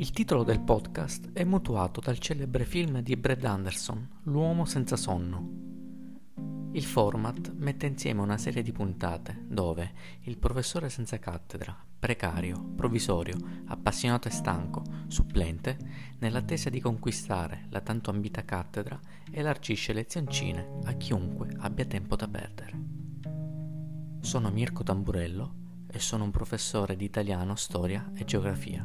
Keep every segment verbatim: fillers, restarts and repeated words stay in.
Il titolo del podcast è mutuato dal celebre film di Brad Anderson, L'uomo senza sonno. Il format mette insieme una serie di puntate dove il professore senza cattedra, precario, provvisorio, appassionato e stanco, supplente, nell'attesa di conquistare la tanto ambita cattedra, elargisce lezioncine a chiunque abbia tempo da perdere. Sono Mirko Tamburello e sono un professore di italiano, storia e geografia.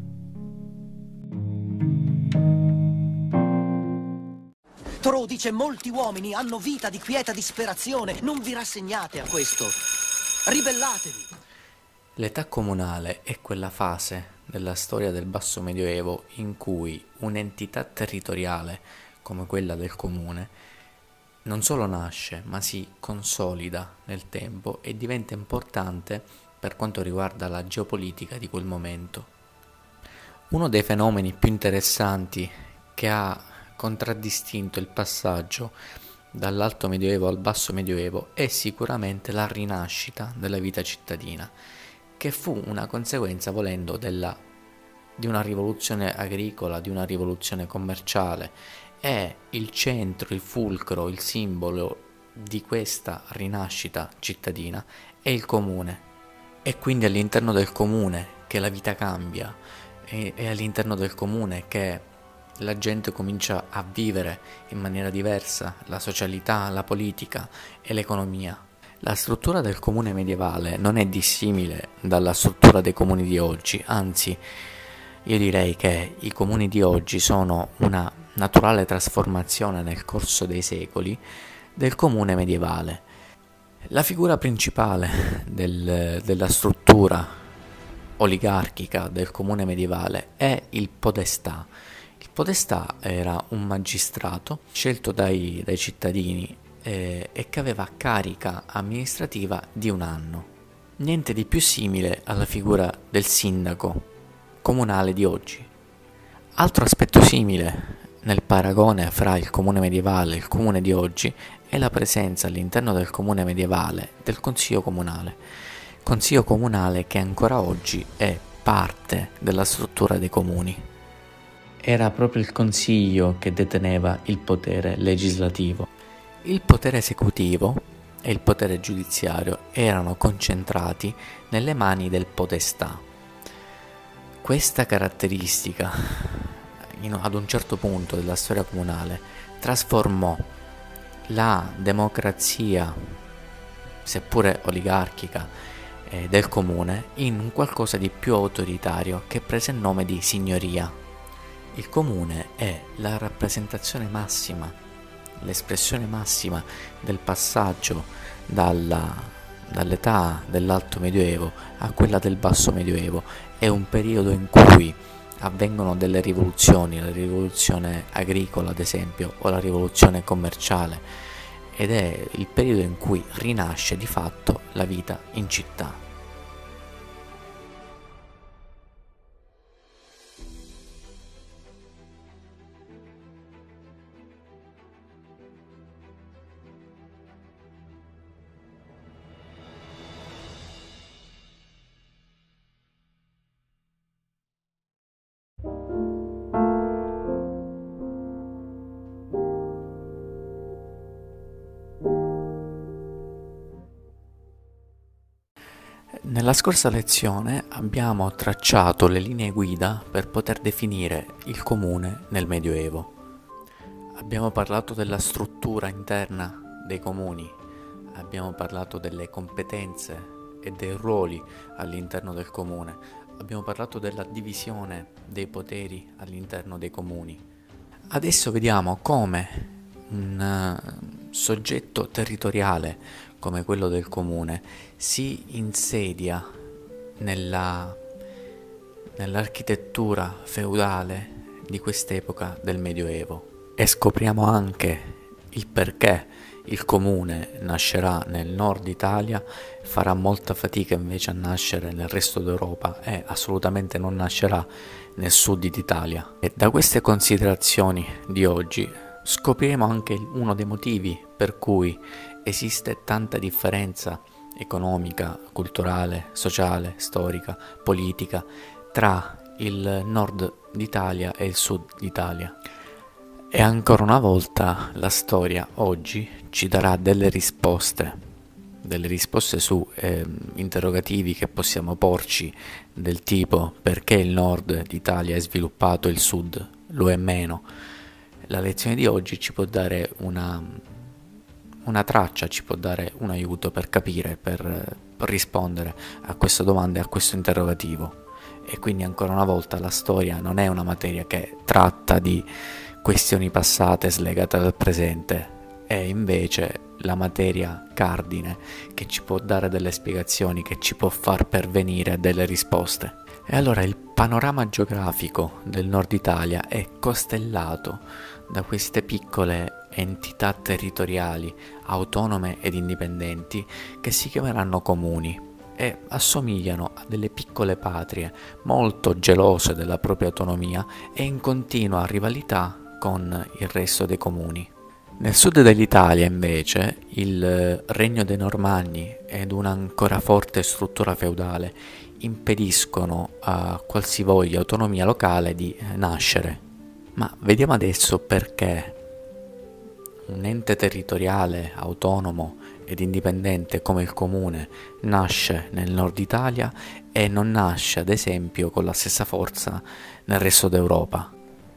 Thoreau dice: molti uomini hanno vita di quieta disperazione. Non vi rassegnate a questo. Ribellatevi. L'età comunale è quella fase della storia del basso medioevo in cui un'entità territoriale come quella del comune non solo nasce, ma si consolida nel tempo e diventa importante per quanto riguarda la geopolitica di quel momento. Uno dei fenomeni più interessanti che ha contraddistinto il passaggio dall'alto medioevo al basso medioevo è sicuramente la rinascita della vita cittadina, che fu una conseguenza, volendo, della, di una rivoluzione agricola, di una rivoluzione commerciale, e il centro, il fulcro, il simbolo di questa rinascita cittadina è il comune. È quindi all'interno del comune che la vita cambia, è, è all'interno del comune che la gente comincia a vivere in maniera diversa la socialità, la politica e l'economia. La struttura del comune medievale non è dissimile dalla struttura dei comuni di oggi, anzi io direi che i comuni di oggi sono una naturale trasformazione nel corso dei secoli del comune medievale. La figura principale del, della struttura oligarchica del comune medievale è il podestà. Il podestà era un magistrato scelto dai, dai cittadini eh, e che aveva carica amministrativa di un anno. Niente di più simile alla figura del sindaco comunale di oggi. Altro aspetto simile nel paragone fra il comune medievale e il comune di oggi è la presenza all'interno del comune medievale del consiglio comunale. Consiglio comunale che ancora oggi è parte della struttura dei comuni. Era proprio il consiglio che deteneva il potere legislativo. Il potere esecutivo e il potere giudiziario erano concentrati nelle mani del podestà. Questa caratteristica, in, ad un certo punto della storia comunale, trasformò la democrazia, seppure oligarchica, eh, del comune in un qualcosa di più autoritario che prese il nome di signoria. Il comune è la rappresentazione massima, l'espressione massima del passaggio dalla, dall'età dell'alto medioevo a quella del basso medioevo. È un periodo in cui avvengono delle rivoluzioni, la rivoluzione agricola ad esempio o la rivoluzione commerciale, ed è il periodo in cui rinasce di fatto la vita in città. Nella scorsa lezione abbiamo tracciato le linee guida per poter definire il comune nel Medioevo. Abbiamo parlato della struttura interna dei comuni, abbiamo parlato delle competenze e dei ruoli all'interno del comune, abbiamo parlato della divisione dei poteri all'interno dei comuni. Adesso vediamo come un uh, soggetto territoriale come quello del comune si insedia nella, nell'architettura feudale di quest'epoca del Medioevo, e scopriamo anche il perché il comune nascerà nel nord Italia, farà molta fatica invece a nascere nel resto d'Europa e assolutamente non nascerà nel sud d'Italia. E da queste considerazioni di oggi scopriremo anche uno dei motivi per cui esiste tanta differenza economica, culturale, sociale, storica, politica tra il nord d'Italia e il sud d'Italia. E ancora una volta la storia oggi ci darà delle risposte, delle risposte su eh, interrogativi che possiamo porci, del tipo: perché il nord d'Italia è sviluppato e il sud lo è meno. La lezione di oggi ci può dare una, una traccia, ci può dare un aiuto per capire, per, per rispondere a queste domande, a questo interrogativo. E quindi ancora una volta la storia non è una materia che tratta di questioni passate slegate dal presente, è invece la materia cardine che ci può dare delle spiegazioni, che ci può far pervenire delle risposte. E allora il panorama geografico del nord Italia è costellato da queste piccole entità territoriali autonome ed indipendenti che si chiameranno comuni e assomigliano a delle piccole patrie molto gelose della propria autonomia e in continua rivalità con il resto dei comuni. Nel sud dell'Italia invece il regno dei Normanni ed una ancora forte struttura feudale impediscono a qualsivoglia autonomia locale di nascere. Ma vediamo adesso perché un ente territoriale autonomo ed indipendente come il comune nasce nel nord Italia e non nasce ad esempio con la stessa forza nel resto d'Europa.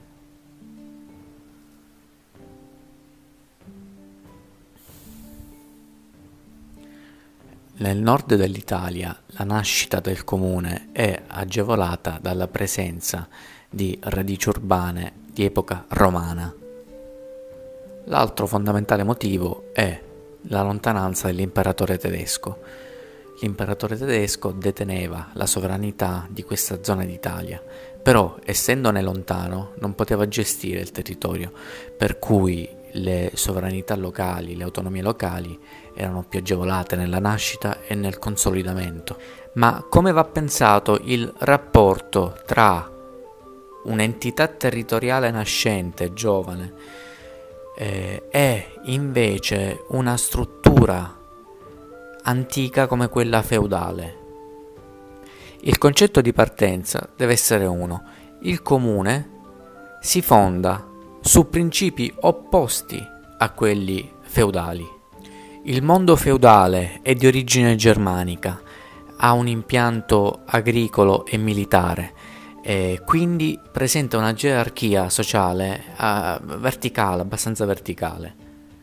Nel nord dell'Italia la nascita del comune è agevolata dalla presenza di radici urbane di epoca romana. L'altro fondamentale motivo è la lontananza dell'imperatore tedesco. L'imperatore tedesco deteneva la sovranità di questa zona d'Italia, però essendone lontano non poteva gestire il territorio, per cui le sovranità locali, le autonomie locali erano più agevolate nella nascita e nel consolidamento. Ma come va pensato il rapporto tra un'entità territoriale nascente, giovane, eh, e invece una struttura antica come quella feudale? Il concetto di partenza deve essere uno: il comune si fonda su principi opposti a quelli feudali. Il mondo feudale è di origine germanica, ha un impianto agricolo e militare, e quindi presenta una gerarchia sociale uh, verticale, abbastanza verticale.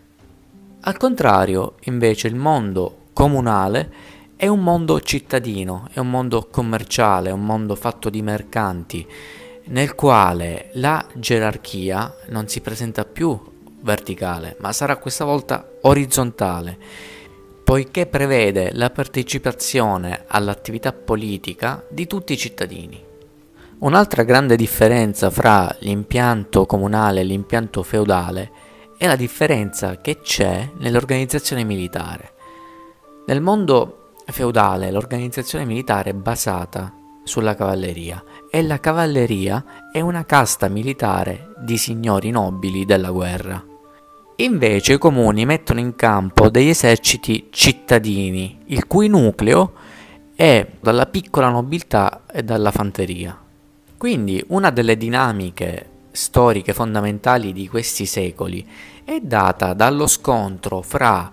Al contrario, invece, il mondo comunale è un mondo cittadino, è un mondo commerciale, è un mondo fatto di mercanti, nel quale la gerarchia non si presenta più verticale, ma sarà questa volta orizzontale, poiché prevede la partecipazione all'attività politica di tutti i cittadini. Un'altra grande differenza fra l'impianto comunale e l'impianto feudale è la differenza che c'è nell'organizzazione militare. Nel mondo feudale l'organizzazione militare è basata sulla cavalleria e la cavalleria è una casta militare di signori nobili della guerra. Invece i comuni mettono in campo degli eserciti cittadini, il cui nucleo è dalla piccola nobiltà e dalla fanteria. Quindi una delle dinamiche storiche fondamentali di questi secoli è data dallo scontro fra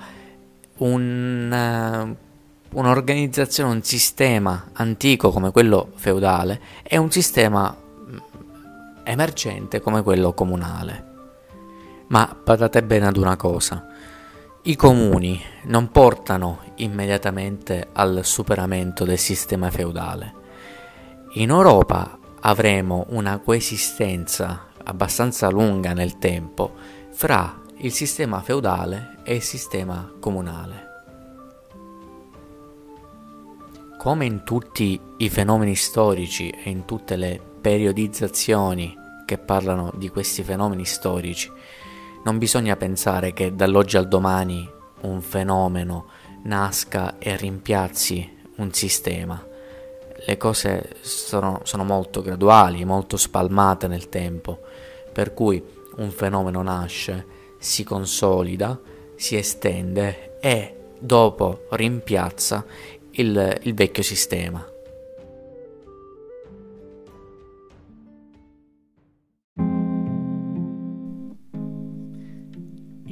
un un'organizzazione, un sistema antico come quello feudale e un sistema emergente come quello comunale. Ma badate bene ad una cosa: i comuni non portano immediatamente al superamento del sistema feudale. In Europa avremo una coesistenza abbastanza lunga nel tempo fra il sistema feudale e il sistema comunale. Come in tutti i fenomeni storici e in tutte le periodizzazioni che parlano di questi fenomeni storici, non bisogna pensare che dall'oggi al domani un fenomeno nasca e rimpiazzi un sistema. Le cose sono, sono molto graduali, molto spalmate nel tempo, per cui un fenomeno nasce, si consolida, si estende e dopo rimpiazza il, il vecchio sistema.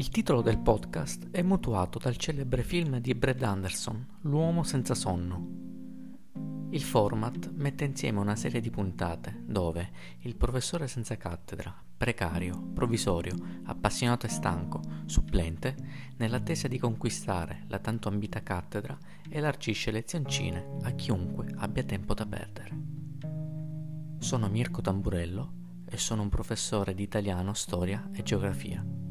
Il titolo del podcast è mutuato dal celebre film di Brad Anderson, L'uomo senza sonno. Il format mette insieme una serie di puntate dove il professore senza cattedra, precario, provvisorio, appassionato e stanco, supplente, nell'attesa di conquistare la tanto ambita cattedra, elargisce lezioncine a chiunque abbia tempo da perdere. Sono Mirko Tamburello e sono un professore di italiano, storia e geografia.